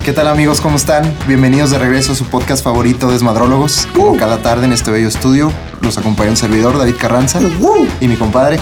¿Qué tal, amigos? ¿Cómo están? Bienvenidos de regreso a su podcast favorito, Desmadrólogos. Como cada tarde en este bello estudio, los acompaña un servidor, David Carranza, y mi compadre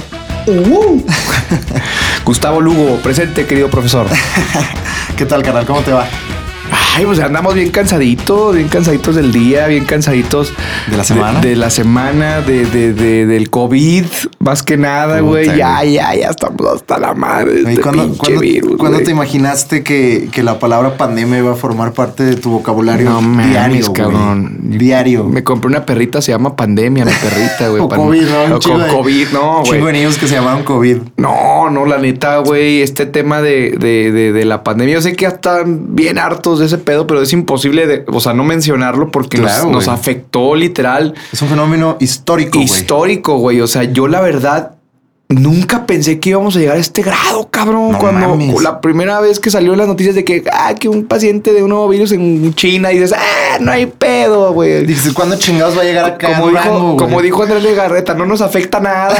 Gustavo Lugo, presente, querido profesor. ¿Qué tal, carnal? ¿Cómo te va? Ay, pues andamos bien cansaditos del día, bien cansaditos. ¿De la semana? De la semana, del COVID, más que nada, güey. Ya estamos hasta la madre. Oye, ¿Cuándo te imaginaste que la palabra pandemia iba a formar parte de tu vocabulario diario, cabrón? Diario. Me compré una perrita, se llama Pandemia, mi perrita, güey. O COVID, ¿no? COVID, no, güey. Chingo de niños que se llamaban COVID. No, la neta, güey, este tema de la pandemia, yo sé que ya están bien hartos de ese pedo, pero es imposible no mencionarlo porque nos afectó literal. Es un fenómeno histórico, güey. Histórico, güey. O sea, yo la verdad nunca pensé que íbamos a llegar a este grado, cabrón. No cuando mames. La primera vez que salió en las noticias de que un paciente de un nuevo virus en China, y dices, no hay pedo, güey. Dices, ¿cuándo chingados va a llegar acá? Como dijo Andrés Legarreta, no nos afecta nada.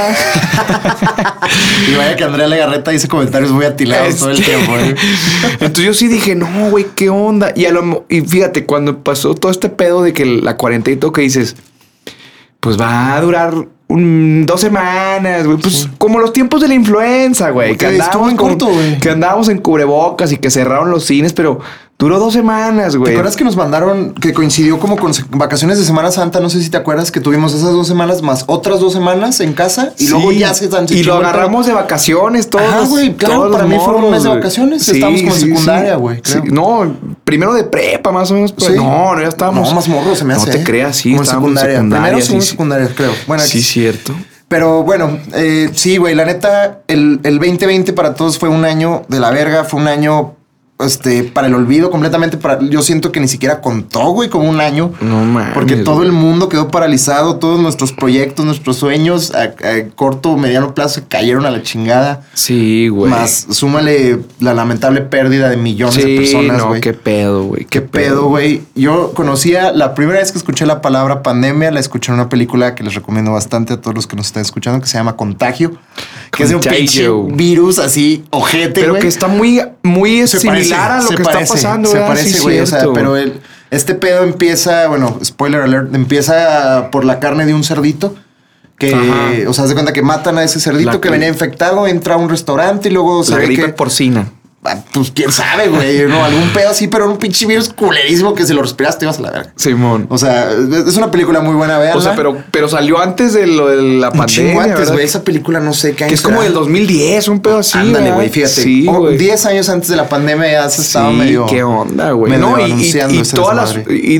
Y vaya que Andrea Legarreta dice comentarios muy atilados todo el tiempo, güey. Entonces yo sí dije, no, güey, ¿qué onda? Y fíjate, cuando pasó todo este pedo de que la cuarentena y todo, que dices, pues va a durar 2 semanas, güey. Pues como los tiempos de la influenza, güey. Que andábamos en cubrebocas y que cerraron los cines, pero duró 2 semanas, güey. ¿Te acuerdas que nos mandaron, que coincidió como con vacaciones de Semana Santa? No sé si te acuerdas que tuvimos esas 2 semanas más otras 2 semanas en casa y luego ya se y lo agarramos de vacaciones todos. Ah, güey, claro, para mí fueron un mes de vacaciones. Sí, estábamos como en secundaria, güey. Sí. No, primero de prepa, más o menos. Pero no, ya estábamos. No, más morro se me hace. No te creas, sí. Como en secundaria. Primero, segundo, secundaria, creo. Bueno, sí, cierto. Pero bueno, sí, güey, la neta, el 2020 para todos fue un año de la verga, fue un año para el olvido completamente. Yo siento que ni siquiera contó, güey, como un año. No mames. Porque todo el mundo quedó paralizado, todos nuestros proyectos, nuestros sueños a corto o mediano plazo se cayeron a la chingada. Sí, güey. Más súmale la lamentable pérdida de millones de personas, güey. Qué pedo, güey. Qué pedo, güey. Yo conocía, la primera vez que escuché la palabra pandemia, la escuché en una película que les recomiendo bastante a todos los que nos están escuchando, que se llama Contagio. Que es de un pinche virus así, ojete, pero güey. que está muy similar a lo que está pasando, se ¿verdad? parece, güey. O sea, pero este pedo empieza, bueno, spoiler alert, empieza por la carne de un cerdito. Que, o sea, se cuenta que matan a ese cerdito que venía infectado, entra a un restaurante y luego la gripe porcina. Pues quién sabe, güey, ¿no? Algún pedo así, pero un pinche virus culerísimo que si lo respiraste te ibas a la verga. Simón. O sea, es una película muy buena, veanla. O sea, pero salió antes de lo de la pandemia, antes, güey. Esa película no sé qué año. Que es como del 2010, un pedo así. Ándale, güey, fíjate. Sí, 10 años antes de la pandemia ya se estaba medio... ¿Qué onda, güey? No, y todas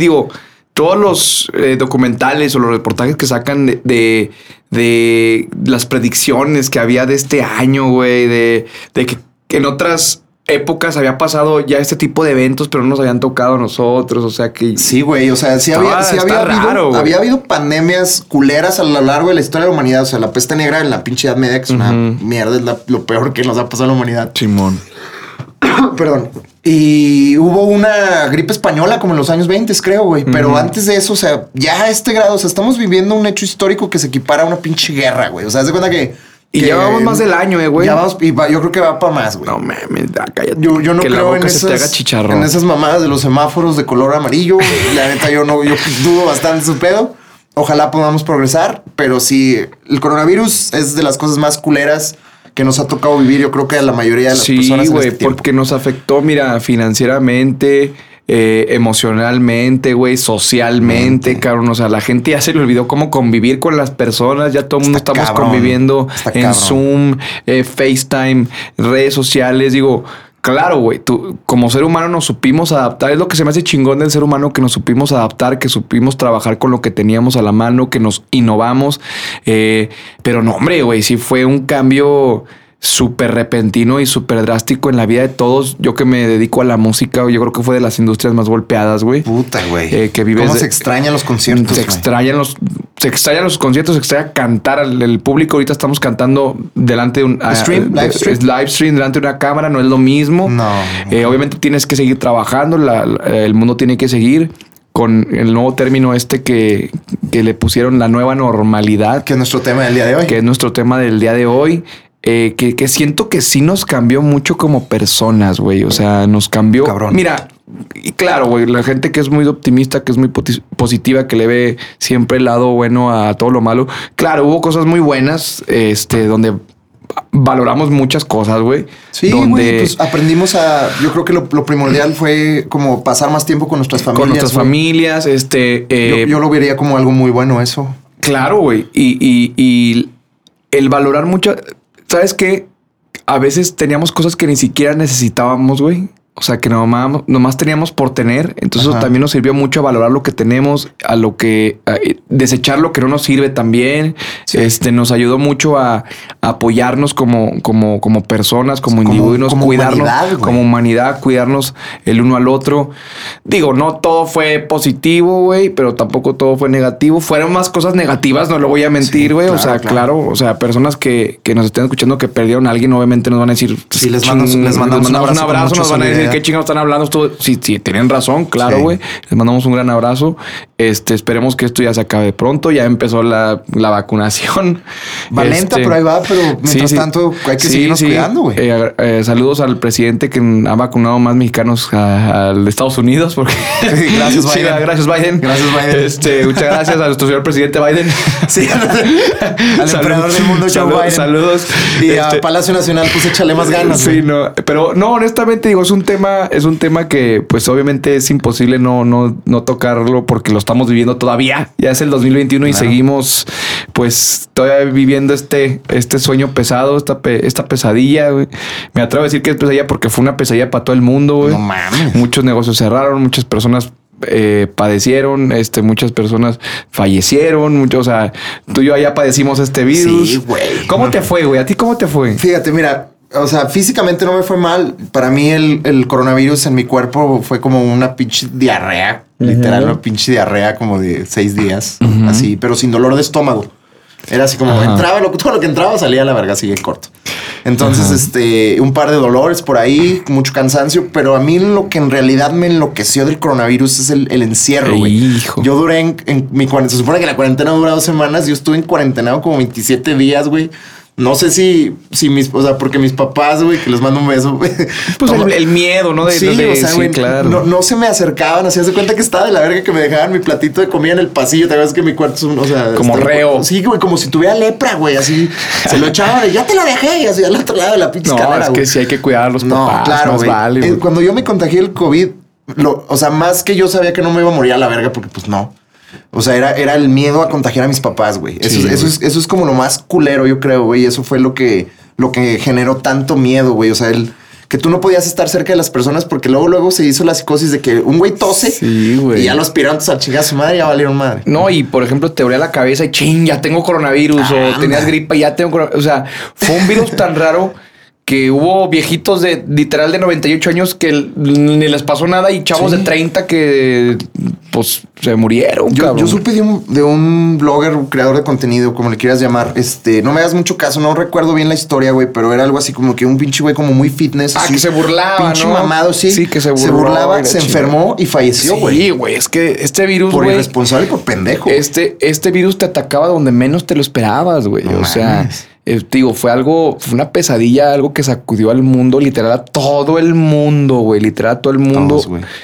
todos los documentales o los reportajes que sacan de las predicciones que había de este año, güey, de que en otras épocas había pasado ya este tipo de eventos, pero no nos habían tocado a nosotros. O sea que... Sí, güey. O sea, había habido pandemias culeras a lo largo de la historia de la humanidad. O sea, la peste negra en la pinche Edad Media, que es una mierda, es lo peor que nos ha pasado a la humanidad. Simón. Perdón. Y hubo una gripe española como en los años 20, creo, güey. Pero antes de eso, o sea, ya a este grado, o sea, estamos viviendo un hecho histórico que se equipara a una pinche guerra, güey. O sea, haz de cuenta que... Y ya vamos más del año, güey. Ya vamos, yo creo que va para más, güey. No mames, cállate. Yo no que creo en se te haga chicharrón. En esas mamadas de los semáforos de color amarillo. La neta, yo dudo bastante su pedo. Ojalá podamos progresar, pero sí, el coronavirus es de las cosas más culeras que nos ha tocado vivir, yo creo que a la mayoría de las personas en este tiempo. Porque nos afectó, mira, financieramente, emocionalmente, güey, socialmente, cabrón. O sea, la gente ya se le olvidó cómo convivir con las personas. Ya todo el mundo estamos conviviendo en Zoom, FaceTime, redes sociales. Digo, claro, güey, tú como ser humano nos supimos adaptar. Es lo que se me hace chingón del ser humano, que nos supimos adaptar, que supimos trabajar con lo que teníamos a la mano, que nos innovamos. Pero no, hombre, güey, sí fue un cambio súper repentino y súper drástico en la vida de todos. Yo que me dedico a la música, yo creo que fue de las industrias más golpeadas, güey. Puta, güey. Que vives ¿Cómo se extrañan los conciertos? Se extrañan los conciertos, se extraña cantar al público. Ahorita estamos cantando delante de un live stream delante de una cámara, no es lo mismo. No. Obviamente tienes que seguir trabajando, el mundo tiene que seguir con el nuevo término que le pusieron, la nueva normalidad. Que es nuestro tema del día de hoy. Que es nuestro tema del día de hoy. Que siento que sí nos cambió mucho como personas, güey. O sea, nos cambió. Cabrón. Mira, Y claro, güey, la gente que es muy optimista, que es muy positiva, que le ve siempre el lado bueno a todo lo malo. Claro, hubo cosas muy buenas, donde valoramos muchas cosas, güey. Sí, güey, pues aprendimos yo creo que lo primordial fue como pasar más tiempo con nuestras familias. Con nuestras familias, yo lo vería como algo muy bueno eso. Claro, güey. Y el valorar mucho... ¿Sabes qué? A veces teníamos cosas que ni siquiera necesitábamos, güey. O sea, que nomás teníamos por tener. Entonces eso también nos sirvió mucho a valorar lo que tenemos, a desechar lo que no nos sirve también. Sí. Nos ayudó mucho a apoyarnos como personas, como individuos, cuidarnos como humanidad, cuidarnos el uno al otro. Digo, no todo fue positivo, güey, pero tampoco todo fue negativo. Fueron más cosas negativas, no lo voy a mentir, güey. Sí, claro. O sea, personas que nos estén escuchando que perdieron a alguien, obviamente nos van a decir... Sí, les mandamos un abrazo, nos van a decir, ¿qué chingados están hablando? Sí, tienen razón, claro, güey. Sí. Les mandamos un gran abrazo. Esperemos que esto ya se acabe pronto. Ya empezó la vacunación. Va lenta, pero ahí va. Pero mientras tanto hay que seguirnos cuidando, güey. Saludos al presidente que ha vacunado más mexicanos al Estados Unidos. Porque... Gracias, Biden. Sí, gracias, Biden. Gracias, Biden. Muchas gracias a nuestro señor presidente Biden. Sí, al emperador del mundo, Joe Biden. Saludos. Y a Palacio Nacional, pues échale más ganas. Sí, güey. No. Pero no, honestamente, digo, es un tema que, pues, obviamente es imposible no tocarlo porque lo estamos viviendo todavía. Ya es el 2021 y seguimos, pues, todavía viviendo este sueño pesado, esta pesadilla, güey. Me atrevo a decir que es pesadilla porque fue una pesadilla para todo el mundo, güey. No mames. Muchos negocios cerraron, muchas personas padecieron, muchas personas fallecieron, o sea, tú y yo ya padecimos este virus. Sí, güey. ¿Cómo te fue, güey? ¿A ti cómo te fue? Fíjate, mira, o sea, físicamente no me fue mal. Para mí el coronavirus en mi cuerpo fue como una pinche diarrea, literal, una pinche diarrea como de 6 días, así, pero sin dolor de estómago. Era así como entraba, todo lo que entraba salía a la verga, así en corto. Entonces, un par de dolores por ahí, mucho cansancio, pero a mí lo que en realidad me enloqueció del coronavirus es el encierro, güey. Yo duré en mi cuarentena, se supone que la cuarentena dura 2 semanas, yo estuve en cuarentenado como 27 días, güey. No sé si porque mis papás, güey, que les mando un beso, güey. Pues el miedo, ¿no? Güey, claro. No se me acercaban, así hace cuenta que estaba de la verga que me dejaban mi platito de comida en el pasillo. Te ves que mi cuarto es como reo. Sí, güey, como si tuviera lepra, güey, así. Se lo echaban y ya te lo dejé, y así al otro lado de la pinche escalera, güey. Es que sí hay que cuidar a los papás. No, claro, más vale, cuando yo me contagié el COVID, más que yo sabía que no me iba a morir a la verga, porque pues no. O sea, era el miedo a contagiar a mis papás, güey. Eso es como lo más culero, yo creo, güey. Eso fue lo que generó tanto miedo, güey. O sea, que tú no podías estar cerca de las personas porque luego se hizo la psicosis de que un güey tose y ya lo aspiraron a chingar a su madre y ya valieron madre. No, y por ejemplo, te dolía la cabeza y ya tengo coronavirus o tenías gripa y ya tengo coronavirus. O sea, fue un virus tan raro que hubo viejitos de 98 años que ni les pasó nada y chavos de 30 que pues se murieron. Yo supe de un blogger, un creador de contenido, como le quieras llamar. No me hagas mucho caso, no recuerdo bien la historia, güey, pero era algo así como que un pinche güey como muy fitness. Que se burlaba, pinche mamado, sí. Sí, que se burlaba, se enfermó y falleció, güey. Sí, güey, es que este virus, por irresponsable y por pendejo. Este virus te atacaba donde menos te lo esperabas, güey. O sea, fue una pesadilla, algo que sacudió al mundo, literal a todo el mundo, güey. Literal a todo el mundo. Todos, güey.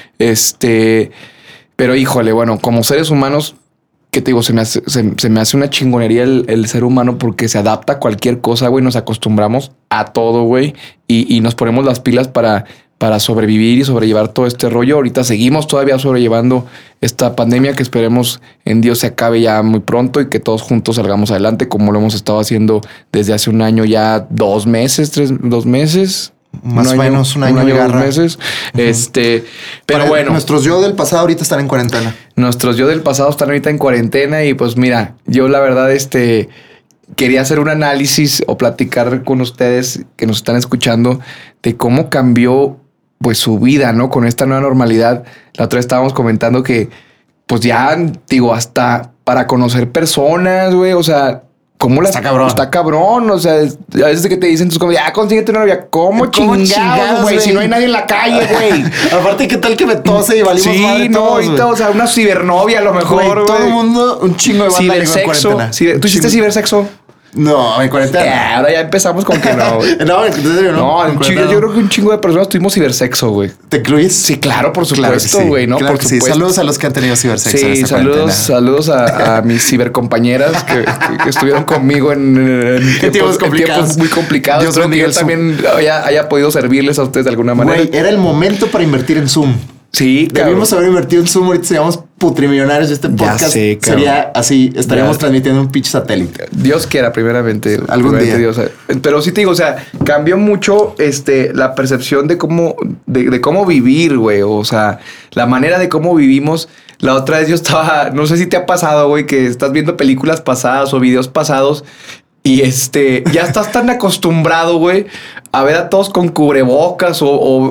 Pero híjole, bueno, como seres humanos, ¿qué te digo? Se me hace una chingonería el ser humano porque se adapta a cualquier cosa, güey. Nos acostumbramos a todo, güey. Y nos ponemos las pilas para sobrevivir y sobrellevar todo este rollo. Ahorita seguimos todavía sobrellevando esta pandemia que esperemos en Dios se acabe ya muy pronto y que todos juntos salgamos adelante como lo hemos estado haciendo desde hace un año ya, 2 meses, 2 meses. Más o menos un año 2 meses. Pero bueno. Nuestros yo del pasado ahorita están en cuarentena. Nuestros yo del pasado están ahorita en cuarentena y pues mira, yo la verdad quería hacer un análisis o platicar con ustedes que nos están escuchando de cómo cambió pues su vida, ¿no? Con esta nueva normalidad. La otra vez estábamos comentando que pues ya, digo, hasta para conocer personas, güey, o sea, ¿cómo está cabrón? Está cabrón, o sea, a veces que te dicen tus como, ya consíguete una novia. ¿Cómo chingados, güey? Si no hay nadie en la calle, güey. Aparte, ¿qué tal que me tose y valimos madre sí, no, todos, ahorita, o sea, una cibernovia a lo mejor, güey. Todo el mundo, un chingo de banda cibersexo. ¿Tú hiciste cibersexo? No, en cuarentena. Ahora ya empezamos con que no, güey. No, en serio, no. No, yo creo que un chingo de personas tuvimos cibersexo, güey. ¿Te incluyes? Sí, claro, por Claro que supuesto, güey, sí. ¿no? Claro Por que sí. supuesto. Saludos a los que han tenido cibersexo en Sí, esta cuarentena. saludos a mis cibercompañeras que estuvieron conmigo en tiempos muy complicados. Dios Espero que bendiga yo el también haya podido servirles a ustedes de alguna manera. Güey, era el momento para invertir en Zoom. Sí, Debimos haber invertido en Zoom. Ahorita seríamos putrimillonarios. Este podcast sería así. Estaríamos transmitiendo un pinche satélite. Dios quiera, primeramente. Algún día. Dios. Pero sí te digo, o sea, cambió mucho la percepción de cómo vivir, güey. O sea, la manera de cómo vivimos. La otra vez yo estaba, no sé si te ha pasado, güey, que estás viendo películas pasadas o videos pasados y ya estás tan acostumbrado, güey, a ver a todos con cubrebocas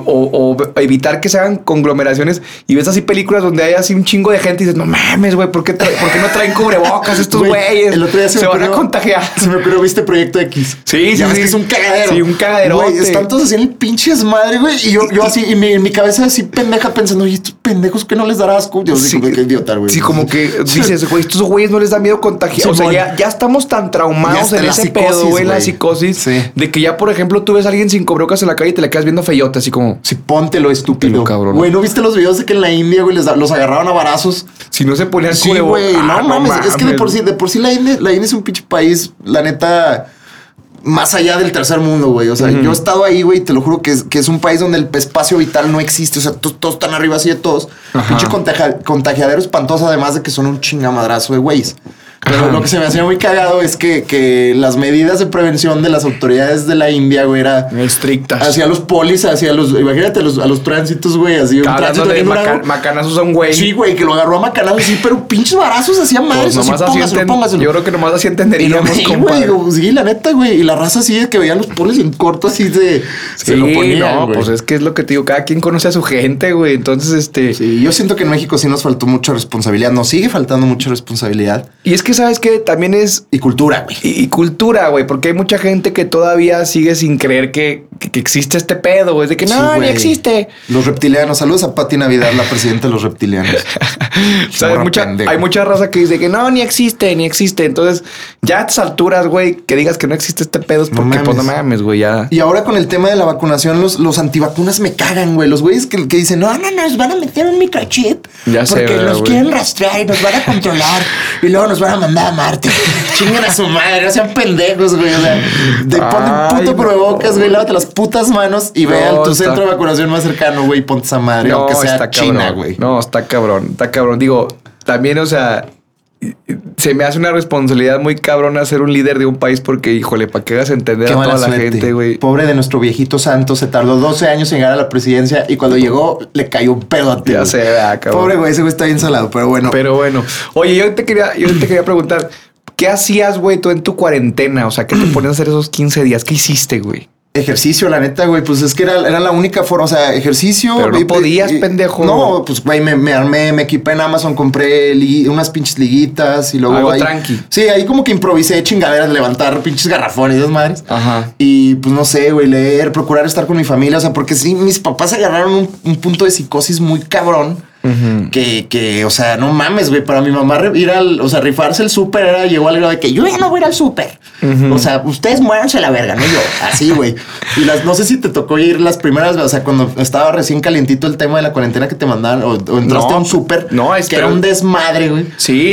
o evitar que se hagan conglomeraciones y ves así películas donde hay así un chingo de gente y dices, no mames, güey, ¿por qué no traen cubrebocas estos güeyes? El otro día se van a contagiar. Se me ocurrió, ¿viste Proyecto X? Sí, ya ves que es un cagadero. Sí, un cagadero. Güey, están todos así en el pinche desmadre, güey. Y yo así, y en mi cabeza así pendeja pensando, oye, estos pendejos que no les dará asco. Yo sí, como que idiota, güey. Sí, como que dices, güey, estos güeyes no les da miedo contagiar. Sí, o sea, ya estamos tan traumados en ese pedo, güey, la psicosis, de que ya, por ejemplo, tú ves a alguien sin cubrebocas en la calle y te le quedas viendo feyote, así como... Sí, ponte lo estúpido. Cabrón. Güey, ¿no viste los videos de que en la India, güey, los agarraban a varazos? Si no se ponían cubrebocas. Sí, güey, no mames. Es que de por sí la India es un pinche país, la neta... Más allá del tercer mundo, güey. O sea, yo he estado ahí, güey, te lo juro que es un país donde el espacio vital no existe. O sea, todos están arriba así de todos. Pinche contagiadero espantoso, además de que son un chingamadrazo de güeyes. Pero lo que se me hacía muy cagado es que las medidas de prevención de las autoridades de la India, güey, era estrictas. Hacia los polis, imagínate, a los tránsitos, güey, así. Un tránsito de macanazos a un güey. Sí, güey, que lo agarró a macanazos, sí, pero pinches varazos hacían madres. Pues póngaselo. Yo creo que nomás así entenderíamos. Sí, güey, sí, la neta, güey. Y la raza así de que veían los polis en corto, así se lo ponían, no, pues es que es lo que te digo, cada quien conoce a su gente, güey. Entonces, Sí, yo siento que en México sí nos faltó mucha responsabilidad. Nos sigue faltando mucha responsabilidad. Y es que, ¿sabes qué? También es... Y cultura, güey. Y cultura, güey. Porque hay mucha gente que todavía sigue sin creer que existe este pedo, güey. De que no, ni existe. Los reptilianos. Saludos a Pati Navidad, la presidenta de los reptilianos. O sea, hay mucha raza que dice que no, ni existe. Entonces, ya a estas alturas, güey, que digas que no existe este pedo es porque, pues, no mames, güey, ya. Y ahora con el tema de la vacunación, los antivacunas me cagan, güey. Los güeyes que dicen, no, nos van a meter un microchip. Ya sé, porque nos quieren rastrear y nos van a controlar. Y luego nos van a mandar a Marte. Chinguen a su madre, no sean pendejos, güey. O sea, ponte un puto cubrebocas, güey, lávate las putas manos y ve a tu centro de vacunación más cercano, güey, y ponte esa madre, aunque sea China, güey. No, está cabrón. Digo, también, o sea, se me hace una responsabilidad muy cabrona ser un líder de un país porque, híjole, para que hagas entender a toda la gente, güey. Pobre de nuestro viejito santo, se tardó 12 años en llegar a la presidencia y cuando llegó le cayó un pedo a ti. Ya sé, cabrón. Pobre güey, ese güey está bien salado, pero bueno. Oye, yo te quería preguntar, ¿qué hacías, güey, tú en tu cuarentena? O sea, ¿qué te ponías a hacer esos 15 días? ¿Qué hiciste, güey? Ejercicio, la neta, güey. Pues es que era la única forma. O sea, ejercicio. Pero no podías, pendejo. No, pues, güey, me armé, me equipé en Amazon, compré unas pinches liguitas y luego algo tranqui. Sí, ahí como que improvisé chingaderas, levantar pinches garrafones y esas madres. Ajá. Y pues no sé, güey, leer, procurar estar con mi familia. O sea, porque sí, mis papás agarraron un punto de psicosis muy cabrón. Que, o sea, no mames, güey. Para mi mamá rifarse el súper llegó al grado de que yo ya no voy a ir al súper. O sea, ustedes muéranse la verga, no yo. Así, güey. Y no sé si te tocó ir las primeras, o sea, cuando estaba recién calientito el tema de la cuarentena que te mandaban o entraste a un súper. No, que era un desmadre, güey. Sí.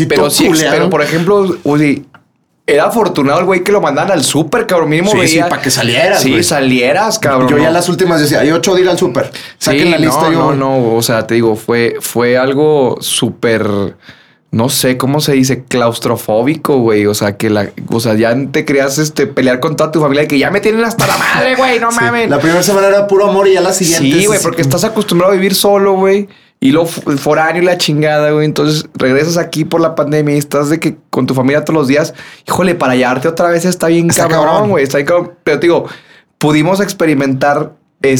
Pero por ejemplo, oye, era afortunado el güey que lo mandaban al súper, cabrón. Mínimo veía. Sí, para que salieras, güey. Sí, salieras, cabrón. Yo ya las últimas decía, hay 8 de ir al súper. Saquen la lista. No. O sea, te digo, fue algo súper... No sé cómo se dice, claustrofóbico, güey. O sea, ya te querías pelear con toda tu familia de que ya me tienen hasta la madre, güey. No mames. La primera semana era puro amor y ya la siguiente. Sí, güey, porque estás acostumbrado a vivir solo, güey. Y luego el foráneo y la chingada, güey. Entonces regresas aquí por la pandemia y estás de que con tu familia todos los días. Híjole, para hallarte otra vez está bien cabrón, güey. Está bien cabrón. Pero te digo, pudimos experimentar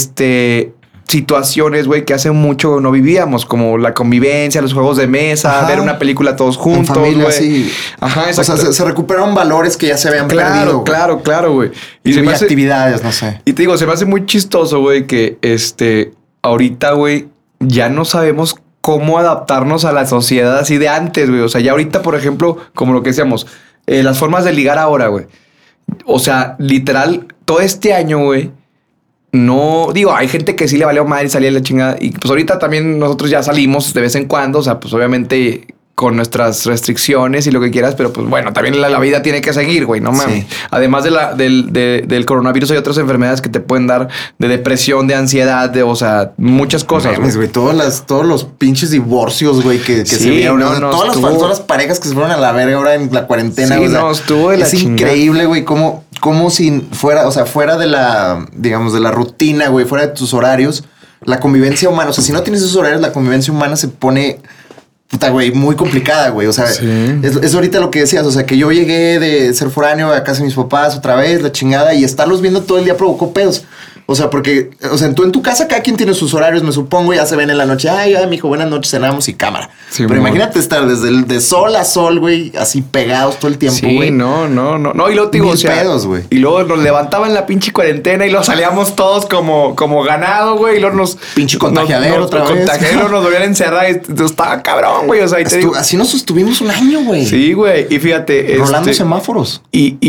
situaciones, güey, que hace mucho no vivíamos, como la convivencia, los juegos de mesa, ver una película todos juntos, güey. Sí. Ajá, exacto. O sea, se recuperaron valores que ya se habían perdido. Claro, güey. Y actividades, no sé. Y te digo, se me hace muy chistoso, güey, que ahorita, güey, ya no sabemos cómo adaptarnos a la sociedad así de antes, güey. O sea, ya ahorita, por ejemplo, como lo que decíamos, las formas de ligar ahora, güey. O sea, literal, todo este año, güey, no... Digo, hay gente que sí le valió madre y salía de la chingada. Y pues ahorita también nosotros ya salimos de vez en cuando. O sea, pues obviamente con nuestras restricciones y lo que quieras. Pero pues bueno, también la vida tiene que seguir, güey. No mames. Sí. Además del coronavirus hay otras enfermedades que te pueden dar de depresión, de ansiedad, o sea, muchas cosas, güey. Todos los pinches divorcios, güey, que sí, se vieron. Todas las parejas que se fueron a la verga ahora en la cuarentena. Sí, o sea, no, estuvo de la chingada. Es increíble, güey, cómo si fuera, o sea, fuera de la, digamos, de la rutina, güey, fuera de tus horarios, la convivencia humana, o sea, si no tienes esos horarios, la convivencia humana se pone... Puta, güey, muy complicada, güey. O sea, sí. es ahorita lo que decías. O sea, que yo llegué de ser foráneo a casa de mis papás otra vez, la chingada, y estarlos viendo todo el día provocó pedos. O sea, porque, o sea, tú en tu casa cada quien tiene sus horarios, me supongo, ya se ven en la noche. Ay, mijo, buenas noches, cenamos y cámara. Sí, pero imagínate estar de sol a sol, güey, así pegados todo el tiempo, güey. Sí, no. Y luego te digo, o sea, pedos, güey. Y luego nos levantaban la pinche cuarentena y luego salíamos todos como ganado, güey. Y luego nos... Pinche contagiadero otra vez. Contagiadero nos volvían a encerrar y estaba cabrón, güey. O sea, así nos sostuvimos un año, güey. Sí, güey. Y fíjate... Rolando semáforos.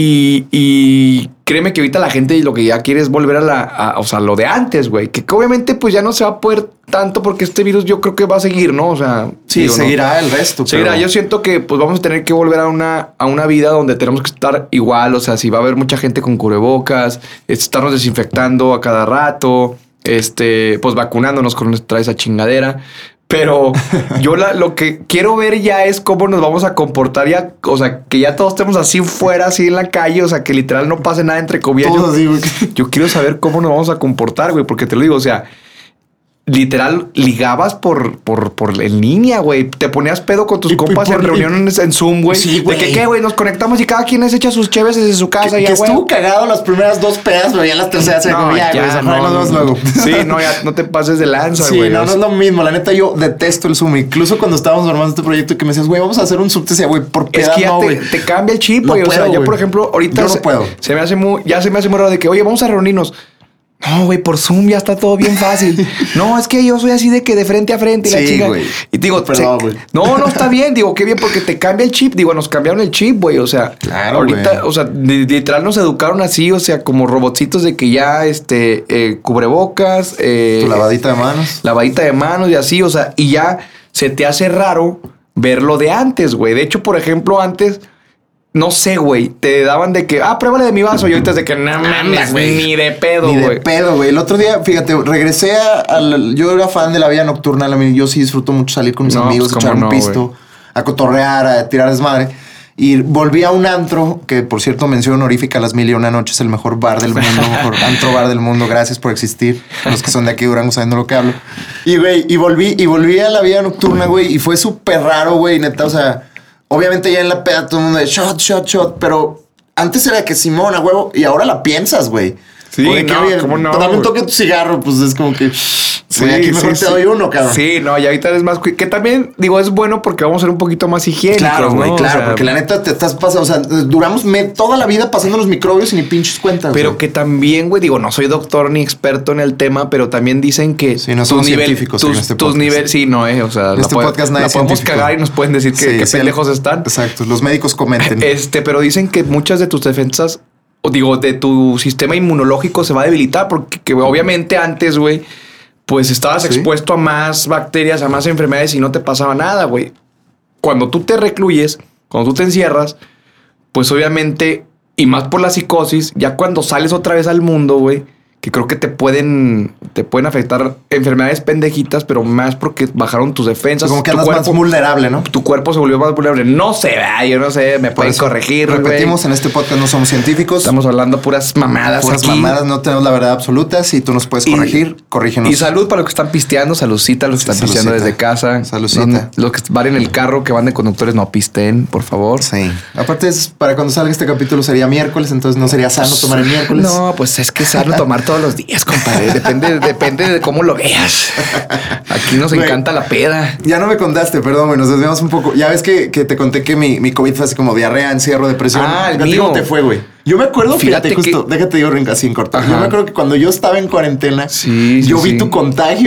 Y créeme que ahorita la gente lo que ya quiere es volver o sea, lo de antes, güey. Que obviamente pues ya no se va a poder tanto porque este virus yo creo que va a seguir, ¿no? O sea... Sí, digo, seguirá el resto. Seguirá. Pero... Yo siento que pues vamos a tener que volver a una vida donde tenemos que estar igual. O sea, si va a haber mucha gente con cubrebocas, estarnos desinfectando a cada rato, pues vacunándonos con esa chingadera. Pero yo lo que quiero ver ya es cómo nos vamos a comportar ya. O sea, que ya todos estemos así fuera, así en la calle. O sea, que literal no pase nada entre comillas. Yo quiero saber cómo nos vamos a comportar, güey. Porque te lo digo, o sea... Literal, ligabas por en línea, güey. Te ponías pedo con tus compas en reuniones en Zoom, güey. Sí, güey. De que, ¿qué, güey? Nos conectamos y cada quien les echa sus cheves desde su casa. Que estuvo cagado las primeras 2 pedas, pero ya las terceras se como ya, güey. Nos vemos luego. Sí, no, ya no te pases de lanza, güey. Sí, no es lo mismo. La neta, yo detesto el Zoom. Incluso cuando estábamos armando este proyecto que me decías, güey, vamos a hacer un Zoom. Te decía, güey, por peda, es que ya no, güey. Te cambia el chip, güey. O sea, yo, por ejemplo, ahorita... Yo no puedo. Se me hace muy raro de que, oye, vamos a reunirnos. No, güey, por Zoom ya está todo bien fácil. No, es que yo soy así de que de frente a frente y la chica. Güey. Y digo, perdón, güey. No está bien. Digo, qué bien, porque te cambia el chip. Digo, nos cambiaron el chip, güey. O sea, claro, ahorita, güey. O sea, literal nos educaron así, o sea, como robotcitos de que ya cubrebocas, tu lavadita de manos. Lavadita de manos y así, o sea, y ya se te hace raro verlo de antes, güey. De hecho, por ejemplo, antes. No sé, güey. Te daban de que... pruébale de mi vaso. Y ahorita es de que... No mames, ni de pedo, güey. Ni de pedo, güey. El otro día, fíjate, regresé yo era fan de la vida nocturna. Yo sí disfruto mucho salir con mis amigos, echar un pisto, a cotorrear, a tirar desmadre. Y volví a un antro, que por cierto, mención honorífica, Las 1001 Noches, el mejor bar del mundo, mejor antro bar del mundo. Gracias por existir. Los que son de aquí de Durango sabiendo lo que hablo. Y, güey, y volví a la vida nocturna, güey. Y fue súper raro, güey, neta. O sea... Obviamente ya en la peda todo el mundo de shot, pero antes era que Simón a huevo y ahora la piensas, güey. Sí, ¿cómo no? Dame un toque de tu cigarro, pues es como que... Sí, aquí mejor te doy uno, cabrón. Sí, no, y ahorita eres más... Que también, digo, es bueno porque vamos a ser un poquito más higiénicos, claro, güey, ¿no? claro, o sea, porque la neta te estás pasando... O sea, duramos toda la vida pasando los microbios y ni pinches cuentas. Pero güey. Que también, güey, digo, no soy doctor ni experto en el tema, pero también dicen que... Sí, no somos científicos en este podcast. Tus niveles... Sí, no, o sea... En este podcast nadie es podemos cagar y nos pueden decir que pendejos están. Exacto, los médicos comenten. Pero dicen que muchas de tus defensas... de tu sistema inmunológico se va a debilitar porque obviamente antes, güey, pues estabas expuesto a más bacterias, a más enfermedades y no te pasaba nada, güey. Cuando tú te recluyes, cuando tú te encierras, pues obviamente, y más por la psicosis, ya cuando sales otra vez al mundo, güey, que creo que te pueden afectar enfermedades pendejitas, pero más porque bajaron tus defensas. Como que andas más vulnerable, ¿no? Tu cuerpo se volvió más vulnerable. No sé, yo no sé, me pueden corregir. Repetimos, en este podcast no somos científicos. Estamos hablando puras mamadas. Puras aquí. Mamadas, no tenemos la verdad absoluta. Si tú nos puedes corregir, corrígenos. Y salud para los que están pisteando, saludcita, los que están pisteando desde casa. Saludcita. Los que van en el carro, que van de conductores, no pisten, por favor. Sí. Aparte, para cuando salga este capítulo sería miércoles, entonces no sería sano tomar el miércoles. No, pues es que es sano tomar todos los días, compadre. Depende de cómo lo veas. Aquí nos encanta la peda. Ya no me contaste, perdón, güey. Nos desviamos un poco. Ya ves que te conté que mi COVID fue así como diarrea, encierro, depresión. El mío. ¿Cómo te fue, güey? Yo me acuerdo, fíjate justo, déjate digo así en corto. Yo me acuerdo que cuando yo estaba en cuarentena, yo vi tu contagio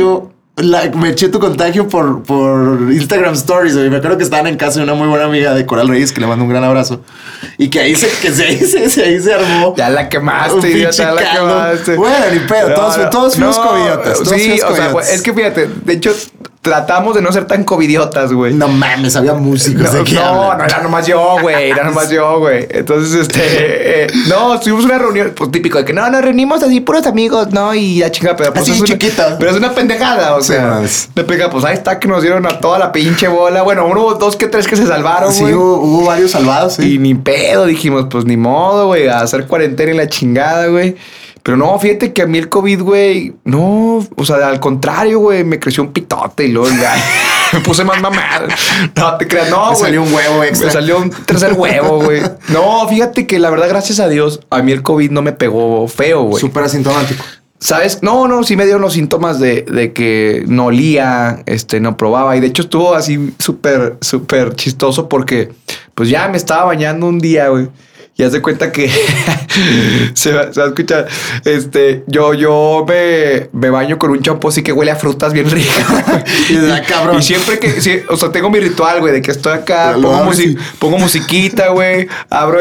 Me eché tu contagio por Instagram Stories, güey. Me acuerdo que estaban en casa de una muy buena amiga de Coral Reyes, que le mando un gran abrazo. Y que ahí se armó. Ya la quemaste, idiota, la quemaste. Bueno, ni pedo. Todos fuimos covidiotas. Sí, o sea, güey, es que fíjate, de hecho, tratamos de no ser tan covidiotas, güey. No mames, había músicos. No, era nomás yo, güey. Era nomás yo, güey. Entonces, tuvimos una reunión, pues típico de que nos reunimos así, puros amigos, ¿no? Y ya chinga, pero pues así es chiquita. Pero es una pendejada, o sea. Me pega, pues ahí está que nos dieron a toda la pinche bola. Bueno, uno, dos, que tres que se salvaron, güey. Sí, hubo varios salvados, sí. Y ni pedo, dijimos, pues ni modo, güey, a hacer cuarentena y la chingada, güey. Pero no, fíjate que a mí el COVID, güey, no, o sea, al contrario, güey, me creció un pitote y luego ya me puse más mamado. No te creas, no, güey. Me salió un huevo extra. Me salió un tercer huevo, güey. No, fíjate que la verdad, gracias a Dios, a mí el COVID no me pegó feo, güey. Súper asintomático. ¿Sabes? No, sí me dieron los síntomas de que no olía, no probaba. Y de hecho estuvo así súper chistoso porque pues ya me estaba bañando un día, güey. Y haz de cuenta que se va a escuchar. Yo me baño con un champú así que huele a frutas bien rico. Cabrón. Y siempre que, o sea, tengo mi ritual, güey, de que estoy acá, pongo musiquita, güey, abro.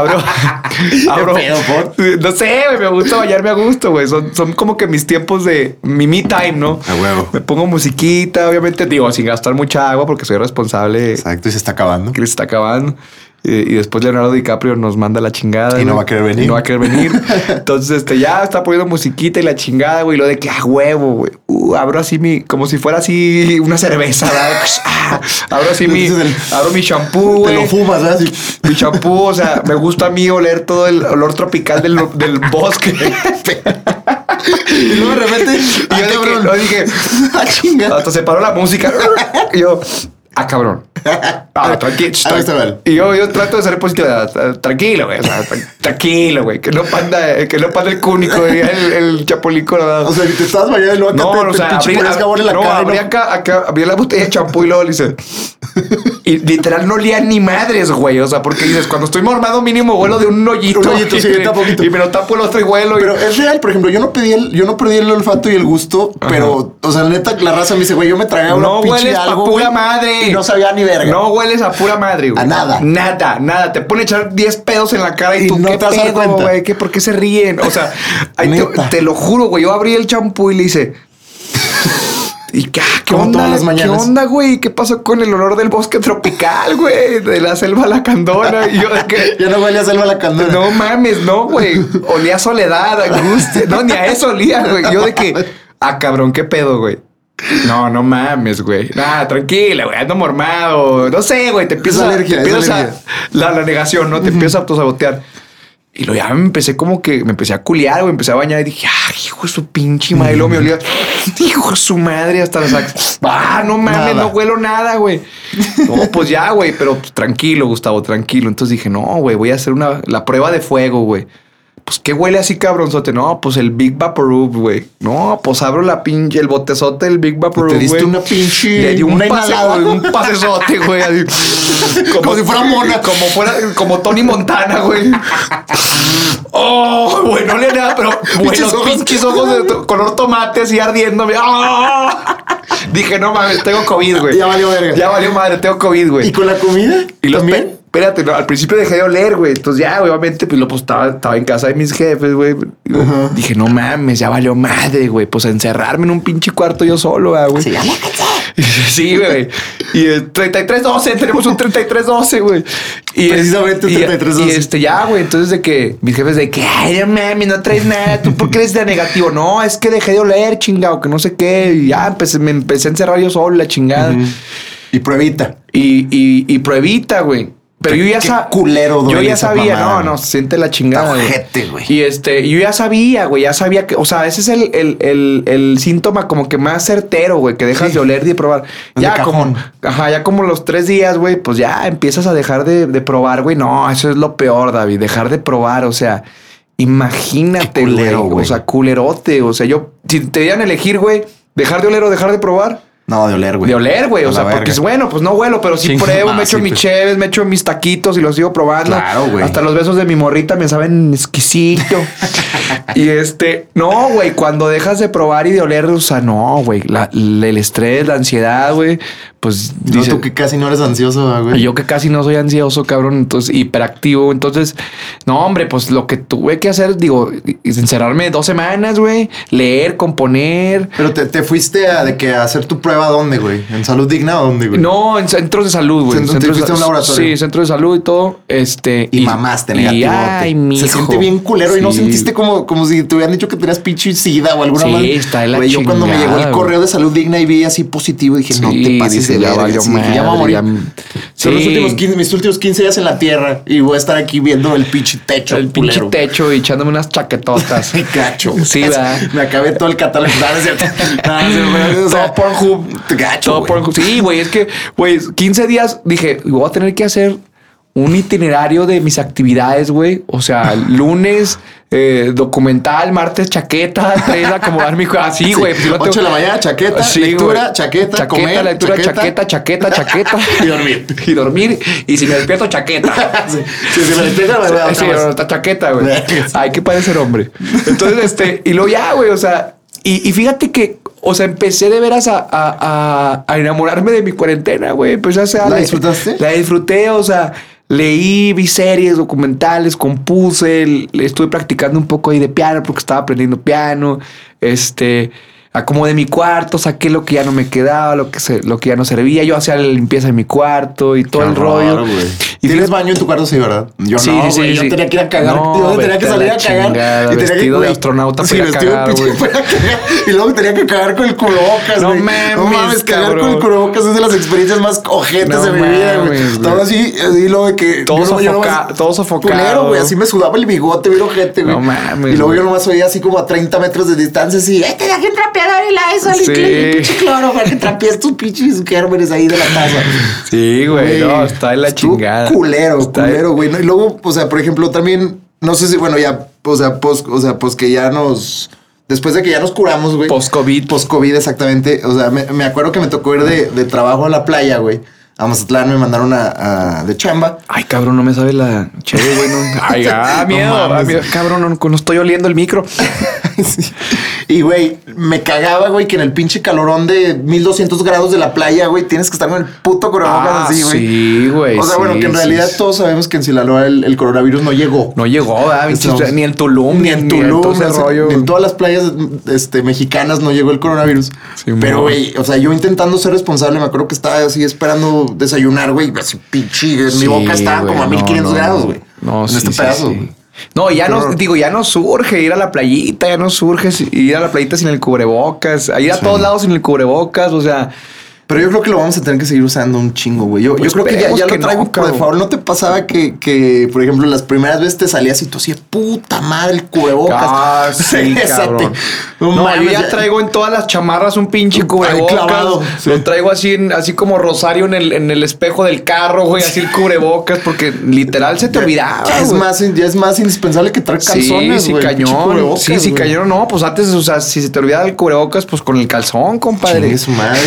No sé, güey, me gusta bañarme a gusto, güey. Son como que mis tiempos de mi me time, ¿no? A huevo. Me pongo musiquita, obviamente, digo, sin gastar mucha agua porque soy responsable. Exacto, y se está acabando. Que se está acabando. Y después Leonardo DiCaprio nos manda la chingada. Y no va a querer venir. No va a querer venir. Entonces, ya está poniendo musiquita y la chingada, güey. Lo de que a huevo, güey. Abro así como si fuera así una cerveza, ¿verdad? Abro así abro mi shampoo, güey. Te lo fumas, ¿verdad? Mi shampoo, o sea, me gusta a mí oler todo el olor tropical del bosque. Y luego de repente, yo dije, chinga. Hasta se paró la música. Y yo, cabrón. Tranquilo. Y yo trato de ser positivo. Tranquilo, güey. O sea, tranquilo, güey. Que no panda el cúnico, güey. El chapulín colorado. O sea, que te estabas bañando y luego abrí la botella de champú y luego le hice. Y literal no olía ni madres, güey. O sea, porque dices, cuando estoy mormado mínimo vuelo de un hoyito. Sí, poquito. Y me lo tapo el otro y vuelo. Pero es real, por ejemplo, yo no perdí el olfato y el gusto, pero, o sea, la neta, la raza me dice, güey, yo me traía una pinche algo, pura madre. Y no sabía ni verga. No hueles a pura madre, güey. A nada. Nada. Te pone a echar 10 pedos en la cara y tú, no ¿qué te das cuenta, güey? ¿Por qué se ríen? O sea, te lo juro, güey. Yo abrí el champú y le hice... ¿Y qué onda? ¿Qué onda, güey? ¿Qué pasó con el olor del bosque tropical, güey? De la selva lacandona. Y yo de que... Ya no huele a selva lacandona. No mames, no, güey. Olía a soledad, angustia. No, ni a eso olía, güey. Yo de que... cabrón, ¿qué pedo, güey? No mames, güey. Tranquila, güey. Ando mormado. No sé, güey. Te empiezas la negación, ¿no? Te empiezas a autosabotear. Y luego ya me empecé a culiar, güey. Empecé a bañar y dije, hijo de su pinche madre. Y luego me olía, hijo de su madre, hasta la sax. No mames, no huelo nada, güey. No, pues ya, güey. Pero pues, tranquilo, Gustavo, tranquilo. Entonces dije, no, güey, voy a hacer la prueba de fuego, güey. Pues, ¿qué huele así, cabronzote? No, pues el Big Vaporub, güey. No, pues abro el botezote del Big Vaporub, güey. Te diste una pinche... Le di un pasezote, güey. Como si fuera mona. Como Tony Montana, güey. Güey, no le nada, pero... Güey, los pinches ojos de color tomate así ardiéndome. Dije, no mames, tengo COVID, güey. Ya valió verga. Ya valió madre, tengo COVID, güey. ¿Y con la comida? ¿Y también? Espérate, al principio dejé de oler, güey. Entonces ya, obviamente, pues estaba en casa de mis jefes, güey. Dije, no mames, ya valió madre, güey. Pues encerrarme en un pinche cuarto yo solo, güey. Sí, ya me cansé. Sí, güey. Y 3312, tenemos un 3312, güey. Precisamente un 3312. Y ya, güey. Entonces de que mis jefes de que, ay, no mames, no traes nada. ¿Tú por qué eres de negativo? No, es que dejé de oler, chingado, que no sé qué. Y ya me empecé a encerrar yo solo, la chingada. Y pruebita. Y pruebita, güey. Pero yo ya sabía. Culero, yo ya sabía, mamada, se siente la chingada. Ojete, güey. Y yo ya sabía, güey, que, o sea, ese es el síntoma como que más certero, güey, que dejas de oler y de probar. Ya como los 3 días, güey, pues ya empiezas a dejar de probar, güey. No, eso es lo peor, David, dejar de probar, o sea, imagínate, culero, güey. O sea, culerote, o sea, si te dieran a elegir, güey, dejar de oler o dejar de probar. No, de oler, güey. De oler, güey. O sea, porque es bueno, pues no huelo, pero sí pruebo, me echo mis cheves, me echo mis taquitos y los sigo probando. Claro, güey. Hasta los besos de mi morrita me saben exquisito. Y no, güey, cuando dejas de probar y de oler, o sea, no, güey, el estrés, la ansiedad, güey, pues dice, tú que casi no eres ansioso, güey. Yo que casi no soy ansioso, cabrón, entonces hiperactivo. Entonces, no, hombre, pues lo que tuve que hacer, digo, encerrarme 2 semanas, güey, leer, componer. Pero te fuiste a hacer tu prueba, ¿dónde, güey? ¿En Salud Digna o dónde, güey? No, en centros de salud, güey. ¿Te fuiste a un laboratorio? Sí, centros de salud y todo. Y mamaste negativo. Ay, mijo. Se siente bien culero. Sí. Y no sentiste como si te hubieran dicho que tenías pinche sida o alguna más. Sí, está en la chingada. Yo cuando me llegó el correo de Salud Digna y vi así positivo, dije, no te pases de verga. Ya me voy a morir. Son mis últimos 15 días en la tierra y voy a estar aquí viendo el pinche techo. El pinche techo y echándome unas chaquetotas. Gacho. Sí, va. Me acabé todo el catálogo. Todo Pornhub. Gacho. Todo Pornhub. Sí, güey. Es que, güey, 15 días dije, voy a tener que hacer un itinerario de mis actividades, güey. O sea, lunes documental, martes chaqueta, 3 acomodar mi así, güey. Sí. 8 de la mañana, chaqueta, sí, lectura, chaqueta, comer, lectura, chaqueta. Y dormir. Y si me despierto, chaqueta. Si me despierto, me voy a está chaqueta, güey. Ay, qué parecer hombre. Entonces, y luego ya, güey, o sea, y fíjate que, o sea, empecé de veras a enamorarme de mi cuarentena, güey. Pues ya sea. ¿La disfrutaste? La disfruté, o sea. Leí, vi series, documentales, compuse, estuve practicando un poco ahí de piano porque estaba aprendiendo piano. Acomodé mi cuarto, saqué lo que ya no me quedaba, lo que ya no servía. Yo hacía la limpieza de mi cuarto y todo el rollo. ¿Y tienes baño en tu cuarto? Sí, ¿verdad? Yo sí, no, sí, güey. Yo tenía que ir a cagar. No, yo tenía que salir a cagar. Y vestido de astronauta para ir a cagar, güey. Y luego tenía que cagar con el cubrebocas, güey. No mames, cagar con el cubrebocas es de las experiencias más ojetes de mi vida, güey. Todo así lo de que... Todo sofocado. Culero, güey. Así me sudaba el bigote, bien ojete, güey. No mames. Y luego yo nomás oía así como a 30 metros de distancia así, te dejé un trapeador y la eso, sí. pinche cloro para que trapees tus pinches gérmenes ahí de la taza. Sí, güey. No, está en la chingada. Culero, güey. ¿No? Y luego, o sea, por ejemplo, también, no sé si, bueno, ya, pues que ya nos... Después de que ya nos curamos, güey. Post-COVID, exactamente. O sea, me acuerdo que me tocó ir de trabajo a la playa, güey. A Mazatlán me mandaron de chamba. Ay, cabrón, no me sabe la chévere, güey. Ay, miedo. Cabrón, no estoy oliendo el micro. Sí. Y, güey, me cagaba, güey, que en el pinche calorón de 1200 grados de la playa, güey, tienes que estar con el puto coronavirus así, güey. Sí, güey. O sea, bueno, que en realidad todos sabemos que en Sinaloa el coronavirus no llegó. No llegó, ¿verdad? Ni en Tulum. Ni en todas las playas mexicanas no llegó el coronavirus. Sí, pero, güey, o sea, yo intentando ser responsable, me acuerdo que estaba así esperando desayunar, güey, así pinche. Mi boca estaba como a 1500 grados, güey. No, en este pedazo, güey. No, ya no surge ir a la playita, ya no surge ir a la playita sin el cubrebocas, ir a todos lados sin el cubrebocas, o sea... Pero yo creo que lo vamos a tener que seguir usando un chingo, güey. Yo creo que ya lo traigo por default. ¿No te pasaba que, por ejemplo, las primeras veces te salías y tú así, puta madre, el cubrebocas? Sí, cabrón. No, yo ya traigo en todas las chamarras un pinche cubrebocas. Sí. Lo traigo así como rosario en el espejo del carro, güey, así el cubrebocas, porque literal se te olvidaba. Ya es más indispensable que traer calzones, güey. Sí, cañón. No, pues antes, o sea, si se te olvidaba el cubrebocas, pues con el calzón, compadre. Chingue su madre.